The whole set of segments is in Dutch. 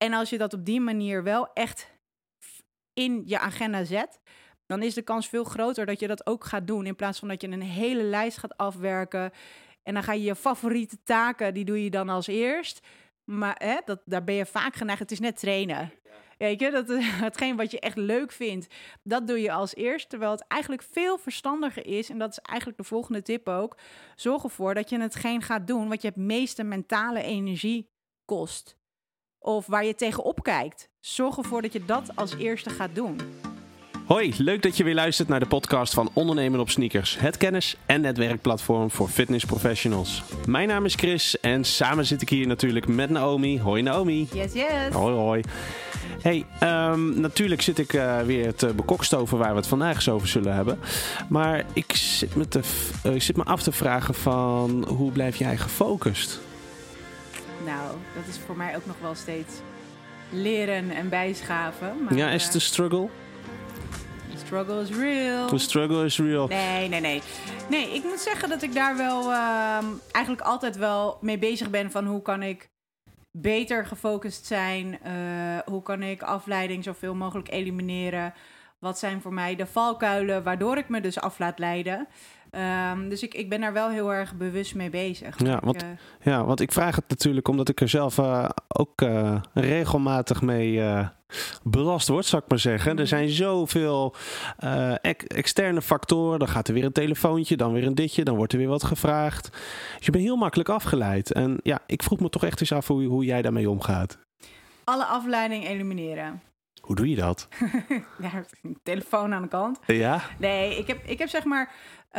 En als je dat op die manier wel echt in je agenda zet, dan is de kans veel groter dat je dat ook gaat doen. In plaats van dat je een hele lijst gaat afwerken. En dan ga je favoriete taken, die doe je dan als eerst. Maar daar ben je vaak geneigd. Het is net trainen. Weet je, hetgeen wat je echt leuk vindt, dat doe je als eerst. Terwijl het eigenlijk veel verstandiger is. En dat is eigenlijk de volgende tip ook. Zorg ervoor dat je hetgeen gaat doen wat je het meeste mentale energie kost. Of waar je tegenop kijkt. Zorg ervoor dat je dat als eerste gaat doen. Hoi, leuk dat je weer luistert naar de podcast van Ondernemen op Sneakers. Het kennis- en netwerkplatform voor fitnessprofessionals. Mijn naam is Chris en samen zit ik hier natuurlijk met Naomi. Hoi Naomi. Yes. Hoi, hoi. Hey, natuurlijk zit ik weer te bekokstoven waar we het vandaag eens over zullen hebben. Maar ik zit me af te vragen van hoe blijf jij gefocust? Nou, dat is voor mij ook nog wel steeds leren en bijschaven. Maar, ja, is het een struggle? The struggle is real. The struggle is real. Nee, ik moet zeggen dat ik daar wel eigenlijk altijd wel mee bezig ben van hoe kan ik beter gefocust zijn? Hoe kan ik afleiding zoveel mogelijk elimineren? Wat zijn voor mij de valkuilen waardoor ik me dus af laat leiden? Dus ik ben daar wel heel erg bewust mee bezig. Want ik vraag het natuurlijk omdat ik er zelf ook regelmatig mee belast word, zou ik maar zeggen. Er zijn zoveel externe factoren. Dan gaat er weer een telefoontje, dan weer een ditje, dan wordt er weer wat gevraagd. Dus je bent heel makkelijk afgeleid. En ja, ik vroeg me toch echt eens af hoe jij daarmee omgaat. Alle afleiding elimineren. Hoe doe je dat? Ja, telefoon aan de kant. Ja? Nee, ik heb zeg maar...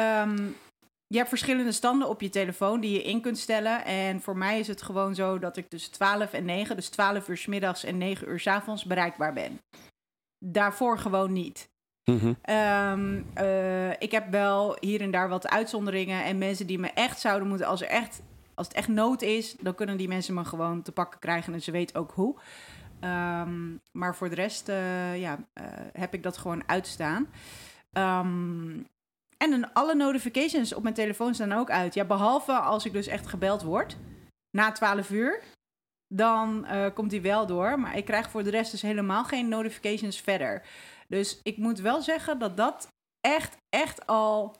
je hebt verschillende standen op je telefoon die je in kunt stellen. En voor mij is het gewoon zo dat ik tussen 12 en 9... dus 12 uur 's middags en 9 uur 's avonds bereikbaar ben. Daarvoor gewoon niet. Mm-hmm. Ik heb wel hier en daar wat uitzonderingen... en mensen die me echt zouden moeten... als het echt nood is, dan kunnen die mensen me gewoon te pakken krijgen... en ze weten ook hoe. Maar voor de rest heb ik dat gewoon uitstaan. En alle notifications op mijn telefoon staan ook uit. Ja, behalve als ik dus echt gebeld word na 12 uur. Dan komt die wel door. Maar ik krijg voor de rest dus helemaal geen notifications verder. Dus ik moet wel zeggen dat dat echt al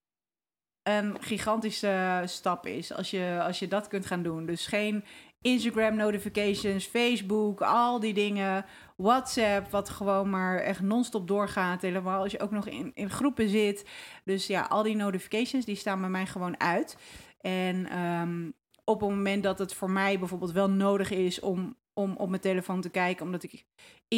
een gigantische stap is. Als je dat kunt gaan doen. Dus geen Instagram notifications, Facebook, al die dingen. WhatsApp, wat gewoon maar echt non-stop doorgaat. Helemaal als je ook nog in groepen zit. Dus ja, al die notifications, die staan bij mij gewoon uit. En op het moment dat het voor mij bijvoorbeeld wel nodig is om op mijn telefoon te kijken, omdat ik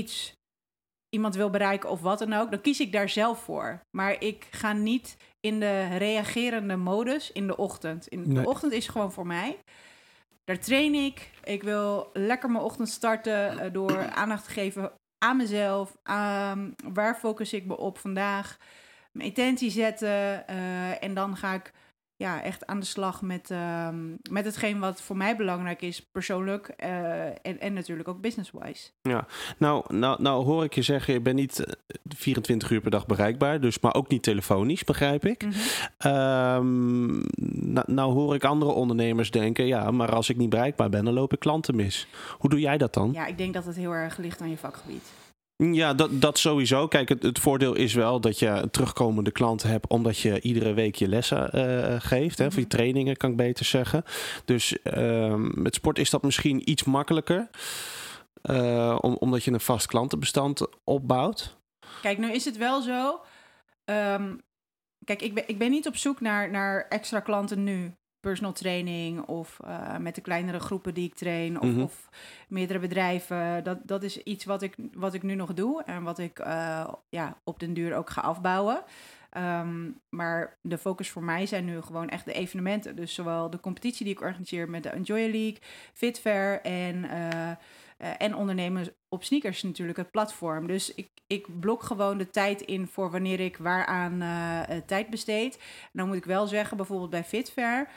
iemand wil bereiken of wat dan ook, dan kies ik daar zelf voor. Maar ik ga niet in de reagerende modus in de ochtend. De ochtend is gewoon voor mij. Daar train ik. Ik wil lekker mijn ochtend starten door aandacht te geven aan mezelf. Waar focus ik me op vandaag? Mijn intentie zetten. En dan ga ik echt aan de slag met hetgeen wat voor mij belangrijk is, persoonlijk en natuurlijk ook business-wise. Ja, nou hoor ik je zeggen, je bent niet 24 uur per dag bereikbaar, dus maar ook niet telefonisch, begrijp ik. Mm-hmm. Nou hoor ik andere ondernemers denken, ja, maar als ik niet bereikbaar ben, dan loop ik klanten mis. Hoe doe jij dat dan? Ja, ik denk dat het heel erg ligt aan je vakgebied. Ja, dat sowieso. Kijk, het voordeel is wel dat je terugkomende klanten hebt, omdat je iedere week je lessen geeft. Hè, of je trainingen, kan ik beter zeggen. Dus met sport is dat misschien iets makkelijker. Omdat je een vast klantenbestand opbouwt. Kijk, nu is het wel zo. Kijk, ik ben niet op zoek naar extra klanten nu. Personal training of met de kleinere groepen die ik train of meerdere bedrijven. Dat is iets wat ik nu nog doe en wat ik op den duur ook ga afbouwen. Maar de focus voor mij zijn nu gewoon echt de evenementen. Dus zowel de competitie die ik organiseer met de Enjoy League, FitFair en ondernemen op Sneakers natuurlijk, het platform. Dus ik blok gewoon de tijd in voor wanneer ik waaraan tijd besteed. En dan moet ik wel zeggen, bijvoorbeeld bij FitFair,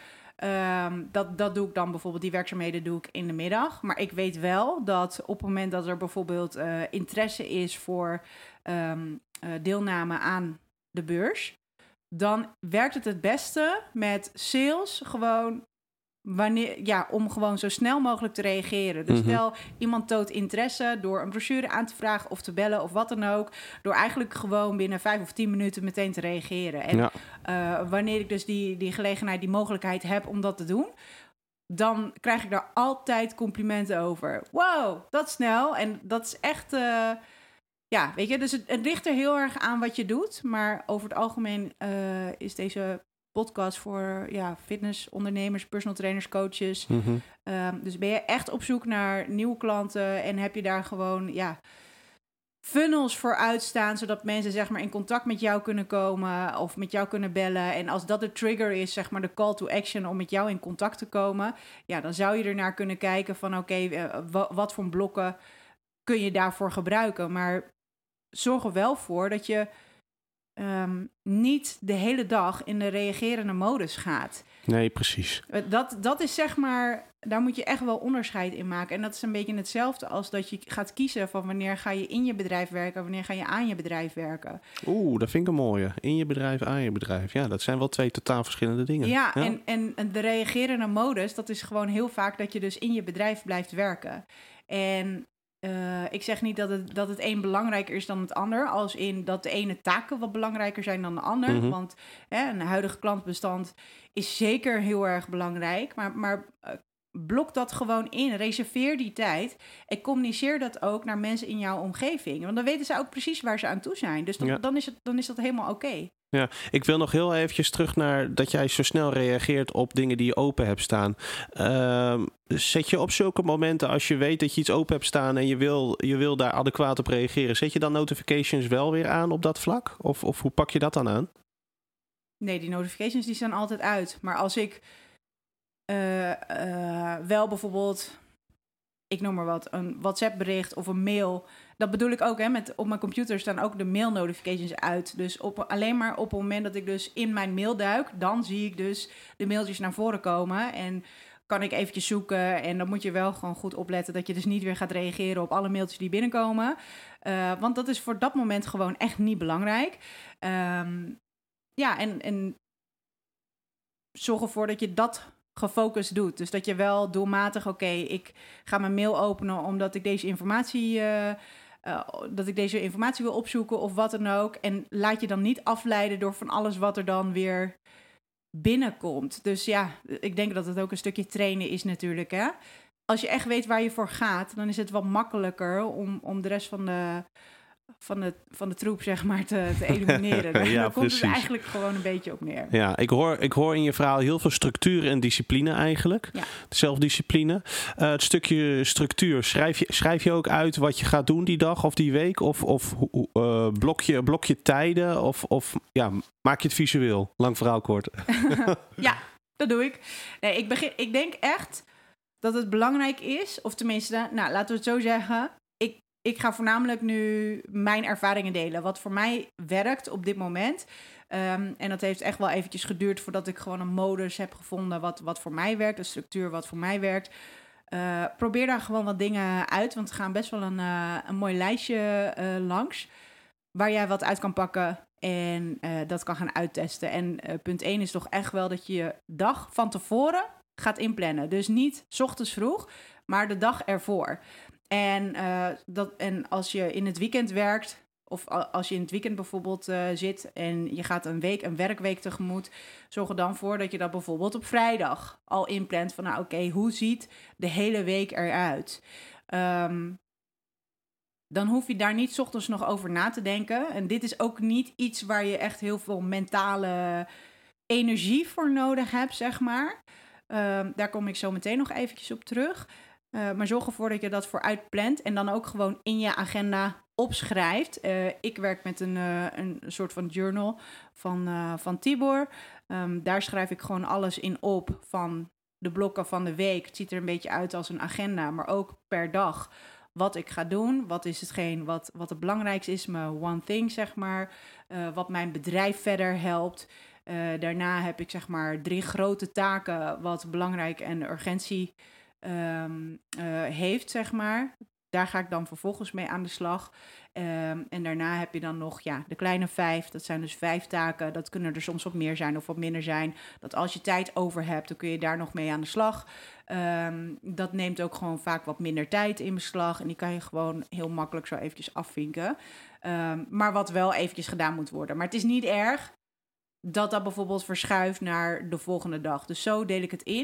dat doe ik dan bijvoorbeeld, die werkzaamheden doe ik in de middag. Maar ik weet wel dat op het moment dat er bijvoorbeeld interesse is voor deelname aan de beurs, dan werkt het beste met sales gewoon om gewoon zo snel mogelijk te reageren. Dus Mhm. stel, iemand toont interesse door een brochure aan te vragen of te bellen of wat dan ook. Door eigenlijk gewoon binnen 5 of 10 minuten meteen te reageren. En wanneer ik dus die gelegenheid, die mogelijkheid heb om dat te doen, dan krijg ik daar altijd complimenten over. Wow, dat snel. En dat is echt... weet je, dus het ligt er heel erg aan wat je doet. Maar over het algemeen is deze podcast voor fitnessondernemers, personal trainers, coaches. Mhm. Dus ben je echt op zoek naar nieuwe klanten en heb je daar gewoon funnels voor uitstaan, zodat mensen zeg maar in contact met jou kunnen komen of met jou kunnen bellen. En als dat de trigger is, zeg maar de call to action om met jou in contact te komen, dan zou je ernaar kunnen kijken van wat voor blokken kun je daarvoor gebruiken. Maar zorg er wel voor dat je niet de hele dag in de reagerende modus gaat. Nee, precies. Dat is zeg maar, daar moet je echt wel onderscheid in maken. En dat is een beetje hetzelfde als dat je gaat kiezen van wanneer ga je in je bedrijf werken, wanneer ga je aan je bedrijf werken. Dat vind ik een mooie. In je bedrijf, aan je bedrijf. Ja, dat zijn wel 2 totaal verschillende dingen. Ja. En de reagerende modus, dat is gewoon heel vaak dat je dus in je bedrijf blijft werken. En ik zeg niet dat het een belangrijker is dan het ander. Als in dat de ene taken wat belangrijker zijn dan de ander. Mhm. Want een huidige klantbestand is zeker heel erg belangrijk. Maar blok dat gewoon in. Reserveer die tijd. En communiceer dat ook naar mensen in jouw omgeving. Want dan weten ze ook precies waar ze aan toe zijn. Dus dan is dat helemaal oké. Ja, ik wil nog heel eventjes terug naar dat jij zo snel reageert op dingen die je open hebt staan. Zet je op zulke momenten, als je weet dat je iets open hebt staan en je wil daar adequaat op reageren, zet je dan notifications wel weer aan op dat vlak? Of hoe pak je dat dan aan? Nee, die notifications die staan altijd uit. Maar als ik wel bijvoorbeeld, ik noem maar wat, een WhatsApp bericht of een mail. Dat bedoel ik ook, op mijn computer staan ook de mail notifications uit. Dus alleen maar op het moment dat ik dus in mijn mail duik, dan zie ik dus de mailtjes naar voren komen. En kan ik eventjes zoeken. En dan moet je wel gewoon goed opletten dat je dus niet weer gaat reageren op alle mailtjes die binnenkomen. Want dat is voor dat moment gewoon echt niet belangrijk. En zorg ervoor dat je dat gefocust doet. Dus dat je wel doelmatig, ik ga mijn mail openen omdat ik deze informatie wil opzoeken of wat dan ook. En laat je dan niet afleiden door van alles wat er dan weer binnenkomt. Dus ik denk dat het ook een stukje trainen is natuurlijk. Hè? Als je echt weet waar je voor gaat, dan is het wat makkelijker om de rest van de troep, zeg maar, te elimineren. Daar komt het eigenlijk gewoon een beetje op neer. Ja, ik hoor in je verhaal heel veel structuur en discipline eigenlijk. Ja. Zelfdiscipline. Het stukje structuur, schrijf je ook uit wat je gaat doen die dag of die week? Of blok je tijden? Of maak je het visueel? Lang verhaal kort. Ja, dat doe ik. Nee, ik denk echt dat het belangrijk is, of tenminste, laten we het zo zeggen. Ik ga voornamelijk nu mijn ervaringen delen. Wat voor mij werkt op dit moment. En dat heeft echt wel eventjes geduurd voordat ik gewoon een modus heb gevonden wat voor mij werkt. Een structuur wat voor mij werkt. Probeer daar gewoon wat dingen uit. Want er gaan best wel een mooi lijstje langs. Waar jij wat uit kan pakken en dat kan gaan uittesten. En punt 1 is toch echt wel dat je je dag van tevoren gaat inplannen. Dus niet 's ochtends vroeg, maar de dag ervoor. En als je in het weekend werkt, of als je in het weekend bijvoorbeeld zit en je gaat een werkweek tegemoet, zorg er dan voor dat je dat bijvoorbeeld op vrijdag al inplant van hoe ziet de hele week eruit? Dan hoef je daar niet 's ochtends nog over na te denken. En dit is ook niet iets waar je echt heel veel mentale energie voor nodig hebt, zeg maar. Daar kom ik zo meteen nog eventjes op terug. Maar zorg ervoor dat je dat vooruit plant en dan ook gewoon in je agenda opschrijft. Ik werk met een soort van journal van Tibor. Daar schrijf ik gewoon alles in op van de blokken van de week. Het ziet er een beetje uit als een agenda, maar ook per dag wat ik ga doen. Wat is hetgeen wat het belangrijkste is, mijn one thing, zeg maar. Wat mijn bedrijf verder helpt. Daarna heb ik zeg maar 3 grote taken wat belangrijk en urgentie heeft, zeg maar. daar ga ik dan vervolgens mee aan de slag. En daarna heb je dan nog de kleine 5. Dat zijn dus 5 taken. Dat kunnen er soms wat meer zijn of wat minder zijn. Dat als je tijd over hebt, dan kun je daar nog mee aan de slag. Dat neemt ook gewoon vaak wat minder tijd in beslag. En die kan je gewoon heel makkelijk zo eventjes afvinken. Maar wat wel eventjes gedaan moet worden. Maar het is niet erg dat bijvoorbeeld verschuift naar de volgende dag. Dus zo deel ik het in.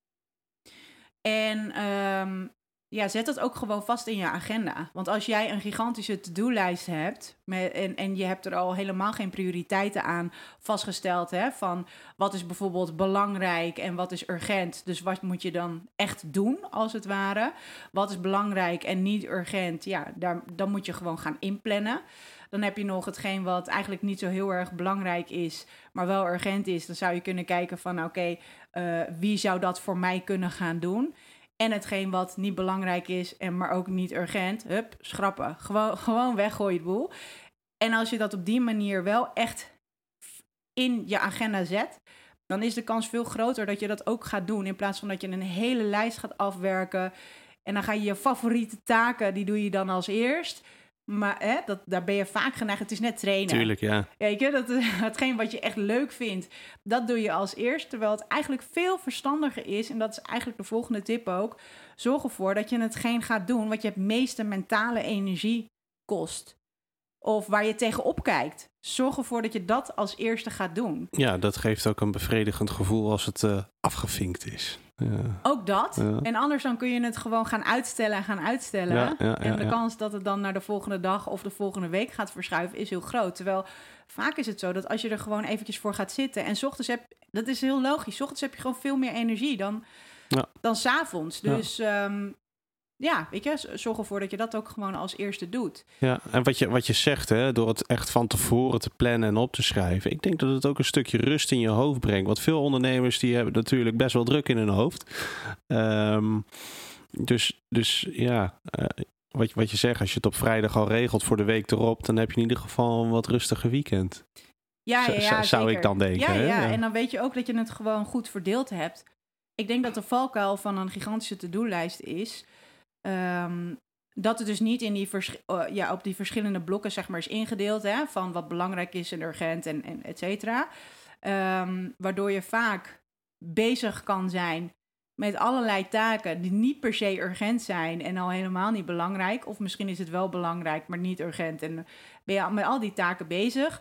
En zet dat ook gewoon vast in je agenda. Want als jij een gigantische to-do-lijst hebt en je hebt er al helemaal geen prioriteiten aan vastgesteld, hè, van wat is bijvoorbeeld belangrijk en wat is urgent. Dus wat moet je dan echt doen, als het ware? Wat is belangrijk en niet urgent? Ja, dan moet je gewoon gaan inplannen. Dan heb je nog hetgeen wat eigenlijk niet zo heel erg belangrijk is, maar wel urgent is. Dan zou je kunnen kijken van oké, wie zou dat voor mij kunnen gaan doen? En hetgeen wat niet belangrijk is, maar ook niet urgent, schrappen. Gewoon weggooien het boel. En als je dat op die manier wel echt in je agenda zet, dan is de kans veel groter dat je dat ook gaat doen. In plaats van dat je een hele lijst gaat afwerken. En dan ga je je favoriete taken, die doe je dan als eerst. Maar daar ben je vaak geneigd. Het is net trainen. Tuurlijk, ja. Weet je, hetgeen wat je echt leuk vindt, dat doe je als eerst. Terwijl het eigenlijk veel verstandiger is. En dat is eigenlijk de volgende tip ook. Zorg ervoor dat je hetgeen gaat doen wat je het meeste mentale energie kost. Of waar je tegenop kijkt. Zorg ervoor dat je dat als eerste gaat doen. Ja, dat geeft ook een bevredigend gevoel als het afgevinkt is. Ja. Ook dat. Ja. En anders dan kun je het gewoon gaan uitstellen. Ja, en de kans dat het dan naar de volgende dag of de volgende week gaat verschuiven is heel groot. Terwijl vaak is het zo dat als je er gewoon eventjes voor gaat zitten en 's ochtends dat is heel logisch. 's Ochtends heb je gewoon veel meer energie dan 's avonds. Dus weet je, zorg ervoor dat je dat ook gewoon als eerste doet. Ja, en wat je zegt, hè, door het echt van tevoren te plannen en op te schrijven. Ik denk dat het ook een stukje rust in je hoofd brengt. Want veel ondernemers die hebben natuurlijk best wel druk in hun hoofd. Wat je zegt, als je het op vrijdag al regelt voor de week erop, dan heb je in ieder geval een wat rustiger weekend. Ja, zou ik dan denken. Ja, en dan weet je ook dat je het gewoon goed verdeeld hebt. Ik denk dat de valkuil van een gigantische to-do-lijst is dat het dus niet in op die verschillende blokken zeg maar is ingedeeld, hè, van wat belangrijk is en urgent en et cetera. Waardoor je vaak bezig kan zijn met allerlei taken die niet per se urgent zijn en al helemaal niet belangrijk. Of misschien is het wel belangrijk, maar niet urgent. En ben je met al die taken bezig.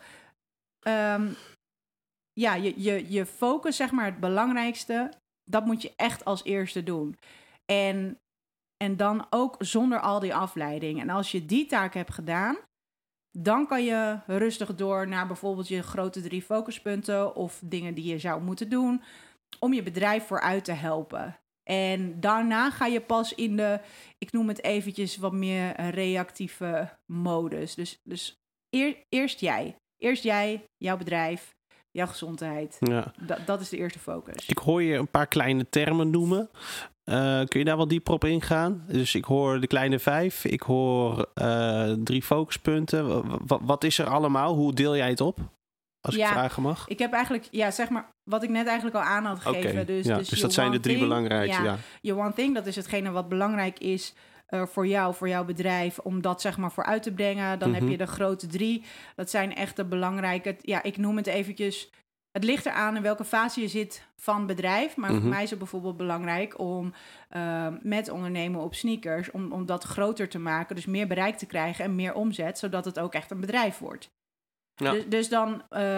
Je focus, zeg maar, het belangrijkste, dat moet je echt als eerste doen. En dan ook zonder al die afleiding. En als je die taak hebt gedaan, dan kan je rustig door naar bijvoorbeeld je grote 3 focuspunten of dingen die je zou moeten doen om je bedrijf vooruit te helpen. En daarna ga je pas in de, ik noem het eventjes wat meer reactieve modus. Dus eerst jij, jouw bedrijf, jouw gezondheid. Ja. Dat is de eerste focus. Ik hoor je een paar kleine termen noemen. Kun je daar wat dieper op ingaan? Dus ik hoor de kleine 5. Ik hoor 3 focuspunten. Wat is er allemaal? Hoe deel jij het op? Als ik vragen mag. Ik heb eigenlijk, zeg maar, wat ik net eigenlijk al aan had gegeven. Okay. Dus dat zijn de 3 belangrijkste. Ja. Je one thing, dat is hetgene wat belangrijk is voor jou, voor jouw bedrijf, om dat zeg maar vooruit te brengen. Dan heb je de grote 3. Dat zijn echt de belangrijke. Ja, ik noem het eventjes. Het ligt eraan in welke fase je zit van bedrijf. Maar voor mij is het bijvoorbeeld belangrijk om met ondernemen op sneakers, om dat groter te maken. Dus meer bereik te krijgen en meer omzet, zodat het ook echt een bedrijf wordt. Ja. Dus dan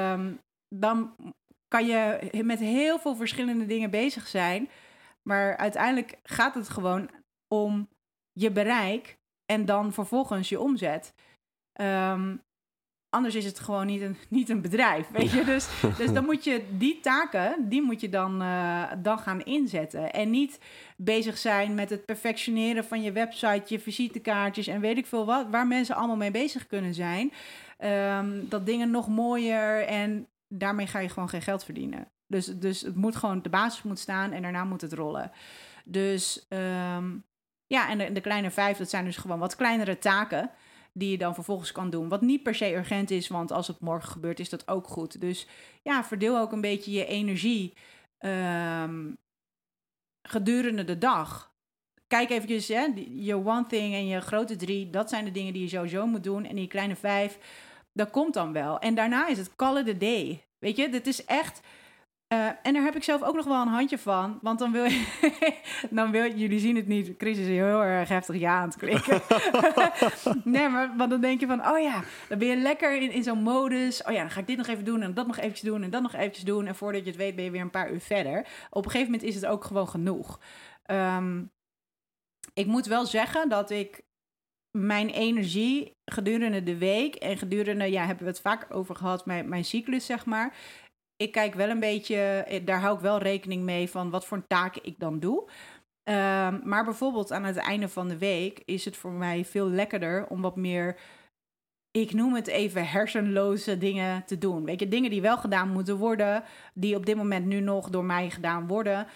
kan je met heel veel verschillende dingen bezig zijn. Maar uiteindelijk gaat het gewoon om je bereik en dan vervolgens je omzet. Anders is het gewoon niet een bedrijf, weet je. Dus dan moet je die taken, dan gaan inzetten. En niet bezig zijn met het perfectioneren van je website, je visitekaartjes en weet ik veel wat, waar mensen allemaal mee bezig kunnen zijn. Dat dingen nog mooier en daarmee ga je gewoon geen geld verdienen. Dus het moet gewoon, de basis moet staan en daarna moet het rollen. Dus en de kleine 5, dat zijn dus gewoon wat kleinere taken die je dan vervolgens kan doen. Wat niet per se urgent is, want als het morgen gebeurt, is dat ook goed. Dus verdeel ook een beetje je energie gedurende de dag. kijk eventjes, je one thing en je grote 3, dat zijn de dingen die je sowieso moet doen. En die kleine 5, dat komt dan wel. En daarna is het call it a day. Weet je, dit is echt... en daar heb ik zelf ook nog wel een handje van. Want dan wil je... jullie zien het niet, Chris is heel erg heftig ja aan het klikken. Nee, maar dan denk je van... oh ja, dan ben je lekker in zo'n modus. Oh ja, dan ga ik dit nog even doen en dat nog eventjes doen... en dat nog eventjes doen. En voordat je het weet ben je weer een paar uur verder. Op een gegeven moment is het ook gewoon genoeg. Ik moet wel zeggen dat ik mijn energie gedurende de week... en gedurende, hebben we het vaak over gehad... mijn cyclus, zeg maar... Ik kijk wel een beetje, daar hou ik wel rekening mee van wat voor taken ik dan doe. Maar bijvoorbeeld aan het einde van de week is het voor mij veel lekkerder om wat meer, ik noem het even hersenloze dingen te doen. Weet je, dingen die wel gedaan moeten worden, die op dit moment nu nog door mij gedaan worden.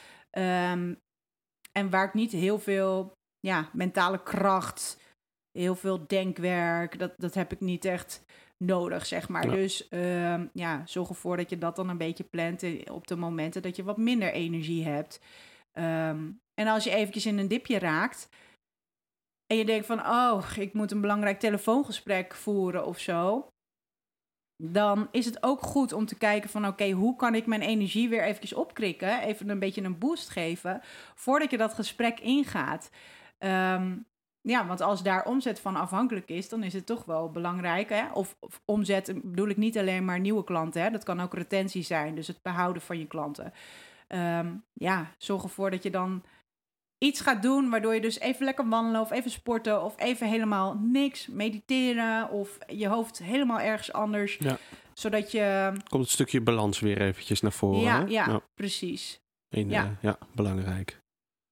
En waar ik niet heel veel mentale kracht, heel veel denkwerk, dat heb ik niet echt nodig, zeg maar. Ja. Dus zorg ervoor dat je dat dan een beetje plant op de momenten dat je wat minder energie hebt. En als je eventjes in een dipje raakt en je denkt van, ik moet een belangrijk telefoongesprek voeren of zo, dan is het ook goed om te kijken van, oké, hoe kan ik mijn energie weer eventjes opkrikken, even een beetje een boost geven, voordat je dat gesprek ingaat. Want als daar omzet van afhankelijk is, dan is het toch wel belangrijk. Hè? Of omzet bedoel ik niet alleen maar nieuwe klanten. Hè? Dat kan ook retentie zijn, dus het behouden van je klanten. Zorg ervoor dat je dan iets gaat doen, waardoor je dus even lekker wandelen of even sporten of even helemaal niks, mediteren of je hoofd helemaal ergens anders. Ja. Zodat je... Komt het stukje balans weer eventjes naar voren. Ja, precies. Belangrijk.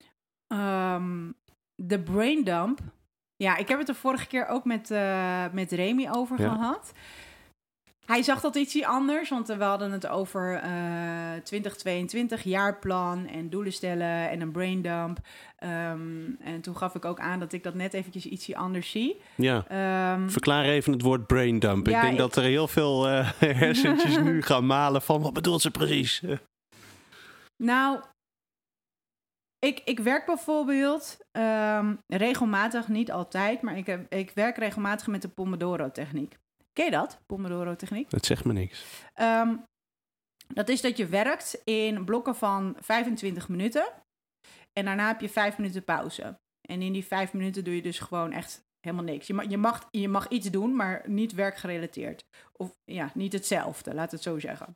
De brain dump. Ja, ik heb het er vorige keer ook met Remy over gehad. Hij zag dat ietsje anders, want we hadden het over 2022, jaarplan en doelen stellen en een brain dump. En toen gaf ik ook aan dat ik dat net eventjes ietsje anders zie. Ja, verklaar even het woord brain dump. Ik denk dat er heel veel hersentjes nu gaan malen van, wat bedoelt ze precies? Nou... Ik werk bijvoorbeeld regelmatig, niet altijd, maar ik werk regelmatig met de Pomodoro-techniek. Ken je dat, Pomodoro-techniek? Dat zegt me niks. Dat is dat je werkt in blokken van 25 minuten en daarna heb je 5 minuten pauze. En in die 5 minuten doe je dus gewoon echt helemaal niks. Je mag iets doen, maar niet werkgerelateerd. Of niet hetzelfde, laat het zo zeggen.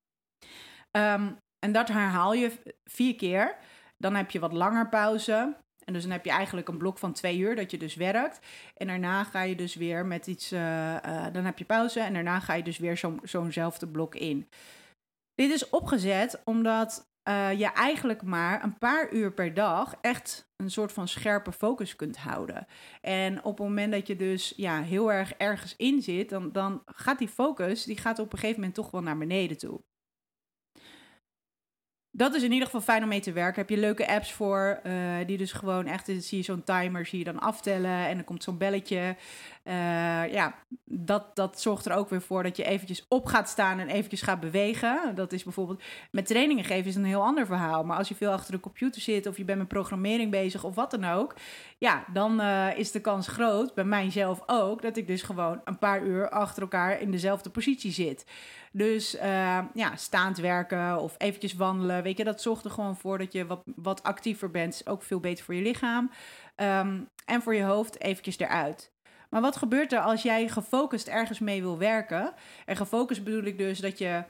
En dat herhaal je 4 keer. Dan heb je wat langer pauze. En dus dan heb je eigenlijk een blok van 2 uur dat je dus werkt. En daarna ga je dus weer met iets... dan heb je pauze en daarna ga je dus weer zo'nzelfde blok in. Dit is opgezet omdat je eigenlijk maar een paar uur per dag echt een soort van scherpe focus kunt houden. En op het moment dat je dus heel erg ergens in zit, dan gaat die focus, die gaat op een gegeven moment toch wel naar beneden toe. Dat is in ieder geval fijn om mee te werken. Heb je leuke apps voor, die dus gewoon echt, zie je zo'n timer, zie je dan aftellen en dan komt zo'n belletje. Dat zorgt er ook weer voor dat je eventjes op gaat staan en eventjes gaat bewegen. Dat is bijvoorbeeld, met trainingen geven is een heel ander verhaal. Maar als je veel achter de computer zit of je bent met programmering bezig of wat dan ook, dan is de kans groot, bij mijzelf ook, dat ik dus gewoon een paar uur achter elkaar in dezelfde positie zit. Dus staand werken of eventjes wandelen, weet je, dat zorgt er gewoon voor dat je wat actiever bent. Is ook veel beter voor je lichaam en voor je hoofd eventjes eruit. Maar wat gebeurt er als jij gefocust ergens mee wil werken? En gefocust bedoel ik dus dat je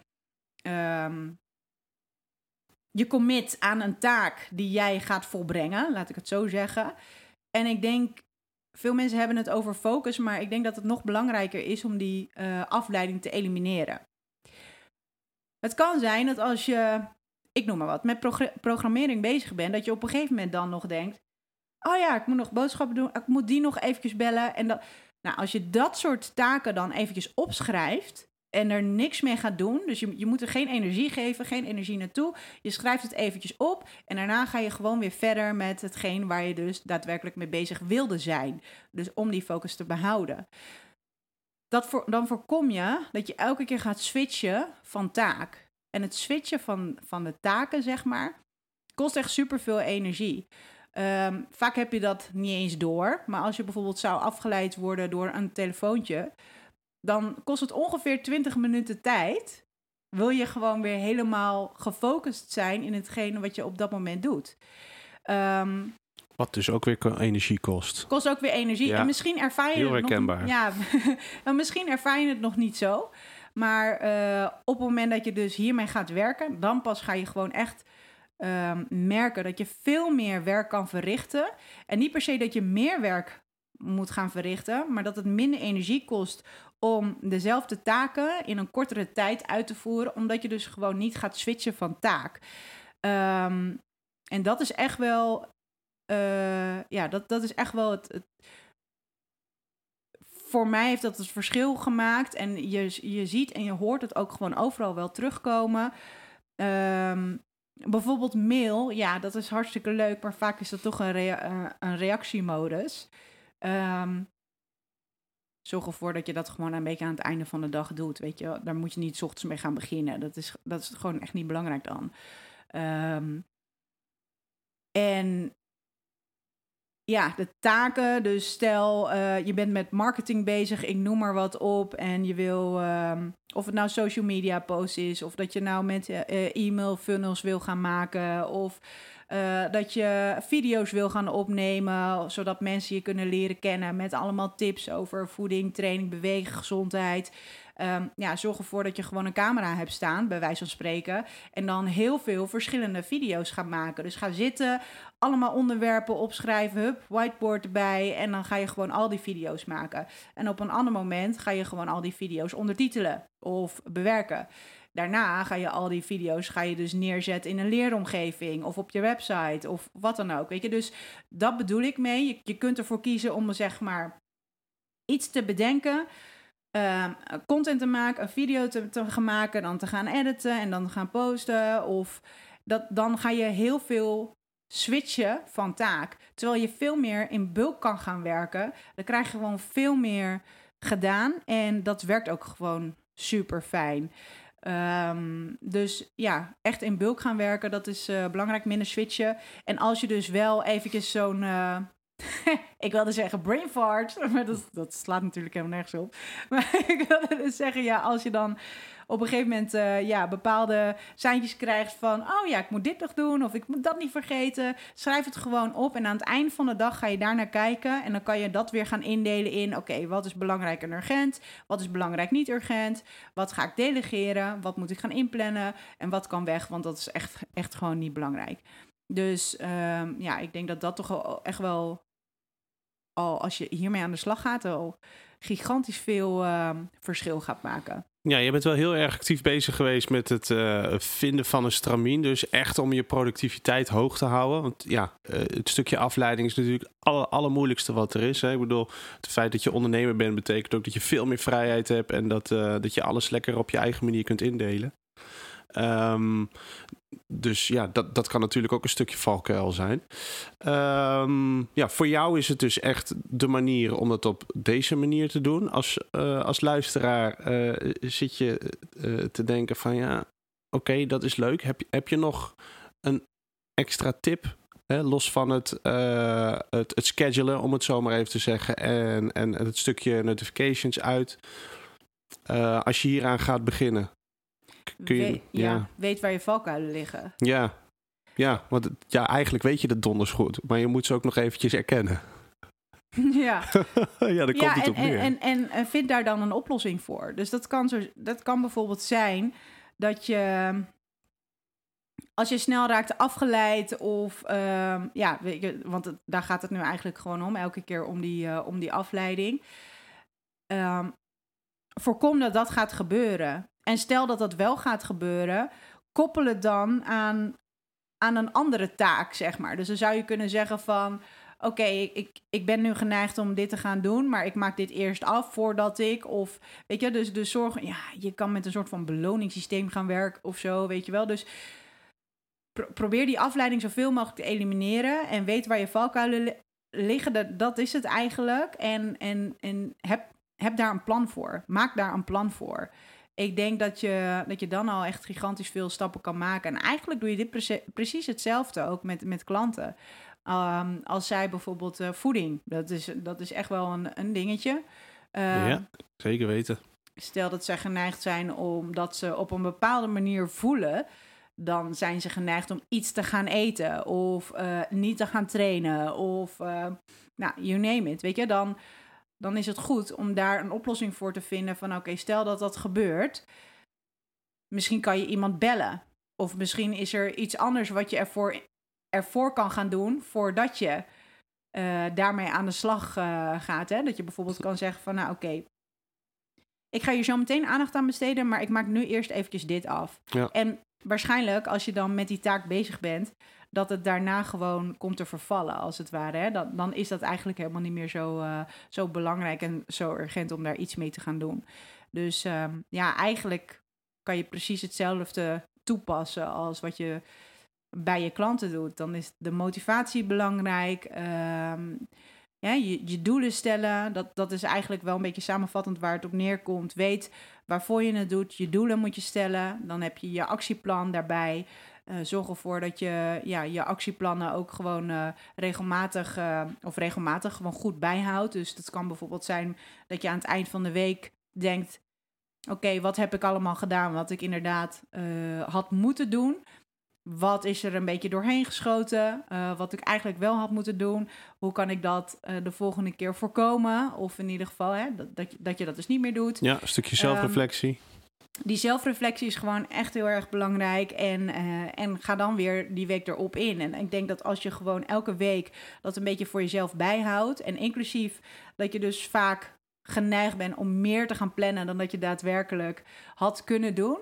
je commit aan een taak die jij gaat volbrengen, laat ik het zo zeggen. En ik denk, veel mensen hebben het over focus, maar ik denk dat het nog belangrijker is om die afleiding te elimineren. Het kan zijn dat als je, ik noem maar wat, met programmering bezig bent, dat je op een gegeven moment dan nog denkt, ik moet nog boodschappen doen, ik moet die nog eventjes bellen. En als je dat soort taken dan eventjes opschrijft en er niks mee gaat doen, dus je moet er geen energie geven, geen energie naartoe, je schrijft het eventjes op en daarna ga je gewoon weer verder met hetgeen waar je dus daadwerkelijk mee bezig wilde zijn. Dus om die focus te behouden. Dan voorkom je dat je elke keer gaat switchen van taak. En het switchen van de taken, zeg maar, kost echt superveel energie. Vaak heb je dat niet eens door. Maar als je bijvoorbeeld zou afgeleid worden door een telefoontje, dan kost het ongeveer 20 minuten tijd. Wil je gewoon weer helemaal gefocust zijn in hetgene wat je op dat moment doet. Wat dus ook weer energie kost. Kost ook weer energie. Ja. En misschien ervaar je Heel het herkenbaar. nog. Ja, misschien ervaar je het nog niet zo. Maar op het moment dat je dus hiermee gaat werken, dan pas ga je gewoon echt merken dat je veel meer werk kan verrichten. En niet per se dat je meer werk moet gaan verrichten, maar dat het minder energie kost om dezelfde taken in een kortere tijd uit te voeren, omdat je dus gewoon niet gaat switchen van taak. En dat is echt wel, dat is echt wel het. Voor mij heeft dat het verschil gemaakt. En je ziet en je hoort het ook gewoon overal wel terugkomen. Bijvoorbeeld mail, ja, dat is hartstikke leuk, maar vaak is dat toch een reactiemodus. Zorg ervoor dat je dat gewoon een beetje aan het einde van de dag doet, weet je. Daar moet je niet 's ochtends mee gaan beginnen. Dat is gewoon echt niet belangrijk dan. En ja, de taken, dus stel je bent met marketing bezig, ik noem maar wat op, en je wil, of het nou social media posts is, of dat je nou met e-mail funnels wil gaan maken, of dat je video's wil gaan opnemen, zodat mensen je kunnen leren kennen met allemaal tips over voeding, training, bewegen, gezondheid. Zorg ervoor dat je gewoon een camera hebt staan, bij wijze van spreken. En dan heel veel verschillende video's gaat maken. Dus ga zitten, allemaal onderwerpen opschrijven, whiteboard erbij. En dan ga je gewoon al die video's maken. En op een ander moment ga je gewoon al die video's ondertitelen of bewerken. Daarna ga je al die video's dus neerzetten in een leeromgeving of op je website of wat dan ook. Weet je? Dus dat bedoel ik mee. Je kunt ervoor kiezen om zeg maar iets te bedenken, content te maken, een video te gaan maken, dan te gaan editen en dan te gaan posten. Of dan ga je heel veel switchen van taak. Terwijl je veel meer in bulk kan gaan werken. Dan krijg je gewoon veel meer gedaan. En dat werkt ook gewoon super fijn. Dus ja, echt in bulk gaan werken, dat is belangrijk, minder switchen. En als je dus wel eventjes zo'n ik wilde zeggen brain fart, maar dat slaat natuurlijk helemaal nergens op. Maar ik wilde dus zeggen, ja, als je dan op een gegeven moment bepaalde seintjes krijgt van, oh ja, ik moet dit nog doen of ik moet dat niet vergeten, schrijf het gewoon op en aan het eind van de dag ga je daar naar kijken en dan kan je dat weer gaan indelen in, oké, wat is belangrijk en urgent, wat is belangrijk niet urgent, wat ga ik delegeren, wat moet ik gaan inplannen en wat kan weg, want dat is echt gewoon niet belangrijk. Dus ik denk dat dat toch echt wel, al als je hiermee aan de slag gaat, al gigantisch veel verschil gaat maken. Ja, je bent wel heel erg actief bezig geweest met het vinden van een stramien. Dus echt om je productiviteit hoog te houden. Want ja, het stukje afleiding is natuurlijk het allermoeilijkste wat er is. Hè? Ik bedoel, het feit dat je ondernemer bent betekent ook dat je veel meer vrijheid hebt en dat je alles lekker op je eigen manier kunt indelen. Dus ja, dat kan natuurlijk ook een stukje valkuil zijn. Voor jou is het dus echt de manier om het op deze manier te doen. Als luisteraar zit je te denken van ja, oké, dat is leuk. Heb je nog een extra tip? Los van het schedulen, om het zo maar even te zeggen. En het stukje notifications uit. Als je hieraan gaat beginnen. Weet waar je valkuilen liggen. Ja, want eigenlijk weet je dat donders goed. Maar je moet ze ook nog eventjes erkennen. Ja. Ja, daar komt het op neer. En vind daar dan een oplossing voor. Dus dat kan bijvoorbeeld zijn dat je, als je snel raakt afgeleid of weet je, want daar gaat het nu eigenlijk gewoon om, elke keer om die afleiding. Voorkom dat gaat gebeuren. En stel dat dat wel gaat gebeuren, koppel het dan aan een andere taak, zeg maar. Dus dan zou je kunnen zeggen van, oké, ik ben nu geneigd om dit te gaan doen, maar ik maak dit eerst af voordat of weet je, dus zorg, ja, je kan met een soort van beloningssysteem gaan werken of zo, weet je wel. Dus probeer die afleiding zoveel mogelijk te elimineren en weet waar je valkuilen liggen. Dat is het eigenlijk. En heb daar een plan voor. Maak daar een plan voor. Ik denk dat je dan al echt gigantisch veel stappen kan maken. En eigenlijk doe je dit precies hetzelfde ook met klanten. Als zij bijvoorbeeld voeding, dat is echt wel een dingetje. Ja, zeker weten. Stel dat zij geneigd zijn omdat ze op een bepaalde manier voelen, dan zijn ze geneigd om iets te gaan eten of niet te gaan trainen of you name it. Weet je, dan is het goed om daar een oplossing voor te vinden van oké, stel dat dat gebeurt, misschien kan je iemand bellen of misschien is er iets anders wat je ervoor kan gaan doen voordat je daarmee aan de slag gaat. Hè? Dat je bijvoorbeeld kan zeggen van oké, ik ga hier zo meteen aandacht aan besteden, maar ik maak nu eerst eventjes dit af. Ja. En waarschijnlijk, als je dan met die taak bezig bent, dat het daarna gewoon komt te vervallen, als het ware. Hè? Dan is dat eigenlijk helemaal niet meer zo belangrijk en zo urgent om daar iets mee te gaan doen. Dus eigenlijk kan je precies hetzelfde toepassen als wat je bij je klanten doet. Dan is de motivatie belangrijk. Je doelen stellen, dat is eigenlijk wel een beetje samenvattend waar het op neerkomt. Weet waarvoor je het doet, je doelen moet je stellen. Dan heb je je actieplan daarbij. Zorg ervoor dat je je actieplannen ook gewoon regelmatig gewoon goed bijhoudt. Dus dat kan bijvoorbeeld zijn dat je aan het eind van de week denkt, oké, wat heb ik allemaal gedaan wat ik inderdaad had moeten doen? Wat is er een beetje doorheen geschoten? Wat ik eigenlijk wel had moeten doen? Hoe kan ik dat de volgende keer voorkomen? Of in ieder geval dat je dat dus niet meer doet. Ja, een stukje zelfreflectie. Die zelfreflectie is gewoon echt heel erg belangrijk. En ga dan weer die week erop in. En ik denk dat als je gewoon elke week dat een beetje voor jezelf bijhoudt. En inclusief dat je dus vaak geneigd bent om meer te gaan plannen dan dat je daadwerkelijk had kunnen doen.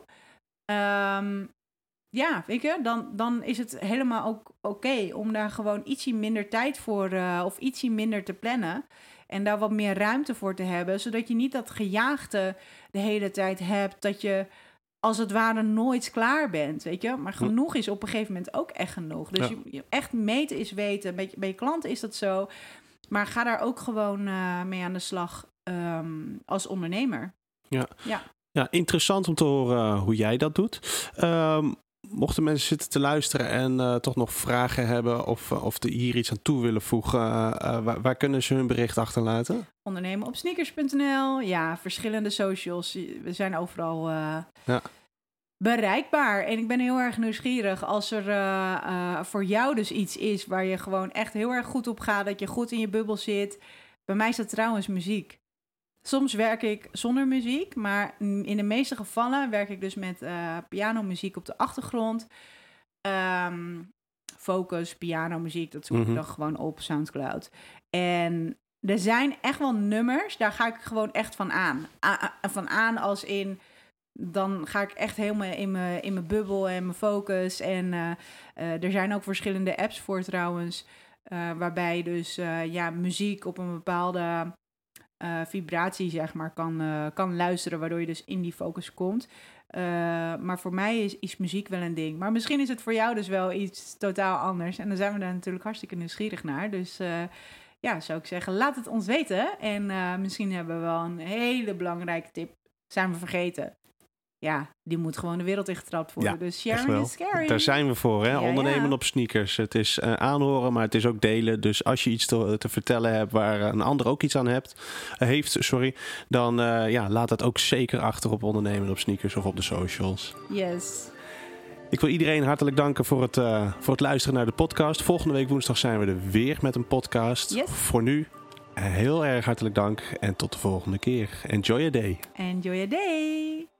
Weet je, dan is het helemaal ook oké om daar gewoon ietsje minder tijd voor of ietsje minder te plannen. En daar wat meer ruimte voor te hebben, zodat je niet dat gejaagde de hele tijd hebt, dat je als het ware nooit klaar bent, weet je. Maar genoeg is op een gegeven moment ook echt genoeg. Dus je echt meten is weten. Bij je klanten is dat zo. Maar ga daar ook gewoon mee aan de slag als ondernemer. Ja, interessant om te horen hoe jij dat doet. Mochten mensen zitten te luisteren en toch nog vragen hebben of er hier iets aan toe willen voegen, waar kunnen ze hun bericht achterlaten? Ondernemen op sneakers.nl. Ja, verschillende socials. We zijn overal bereikbaar. En ik ben heel erg nieuwsgierig als er voor jou dus iets is waar je gewoon echt heel erg goed op gaat, dat je goed in je bubbel zit. Bij mij is dat trouwens muziek. Soms werk ik zonder muziek, maar in de meeste gevallen werk ik dus met pianomuziek op de achtergrond. Focus, pianomuziek, dat zoek ik dan gewoon op SoundCloud. En er zijn echt wel nummers, daar ga ik gewoon echt van aan. Van aan als in, dan ga ik echt helemaal in mijn bubbel en mijn focus. En er zijn ook verschillende apps voor trouwens, waarbij je dus muziek op een bepaalde vibratie zeg maar kan luisteren, waardoor je dus in die focus komt. Maar voor mij is muziek wel een ding. Maar misschien is het voor jou dus wel iets totaal anders. En dan zijn we daar natuurlijk hartstikke nieuwsgierig naar. Dus zou ik zeggen, laat het ons weten. En misschien hebben we wel een hele belangrijke tip. Zijn we vergeten? Ja, die moet gewoon de wereld ingetrapt worden. Ja, dus sharing is caring. Daar zijn we voor, hè? Ondernemen op sneakers. Het is aanhoren, maar het is ook delen. Dus als je iets te vertellen hebt waar een ander ook iets aan heeft, dan laat het ook zeker achter op Ondernemen op Sneakers of op de socials. Yes. Ik wil iedereen hartelijk danken voor het luisteren naar de podcast. Volgende week woensdag zijn we er weer met een podcast. Yes. Voor nu heel erg hartelijk dank en tot de volgende keer. Enjoy your day. Enjoy your day.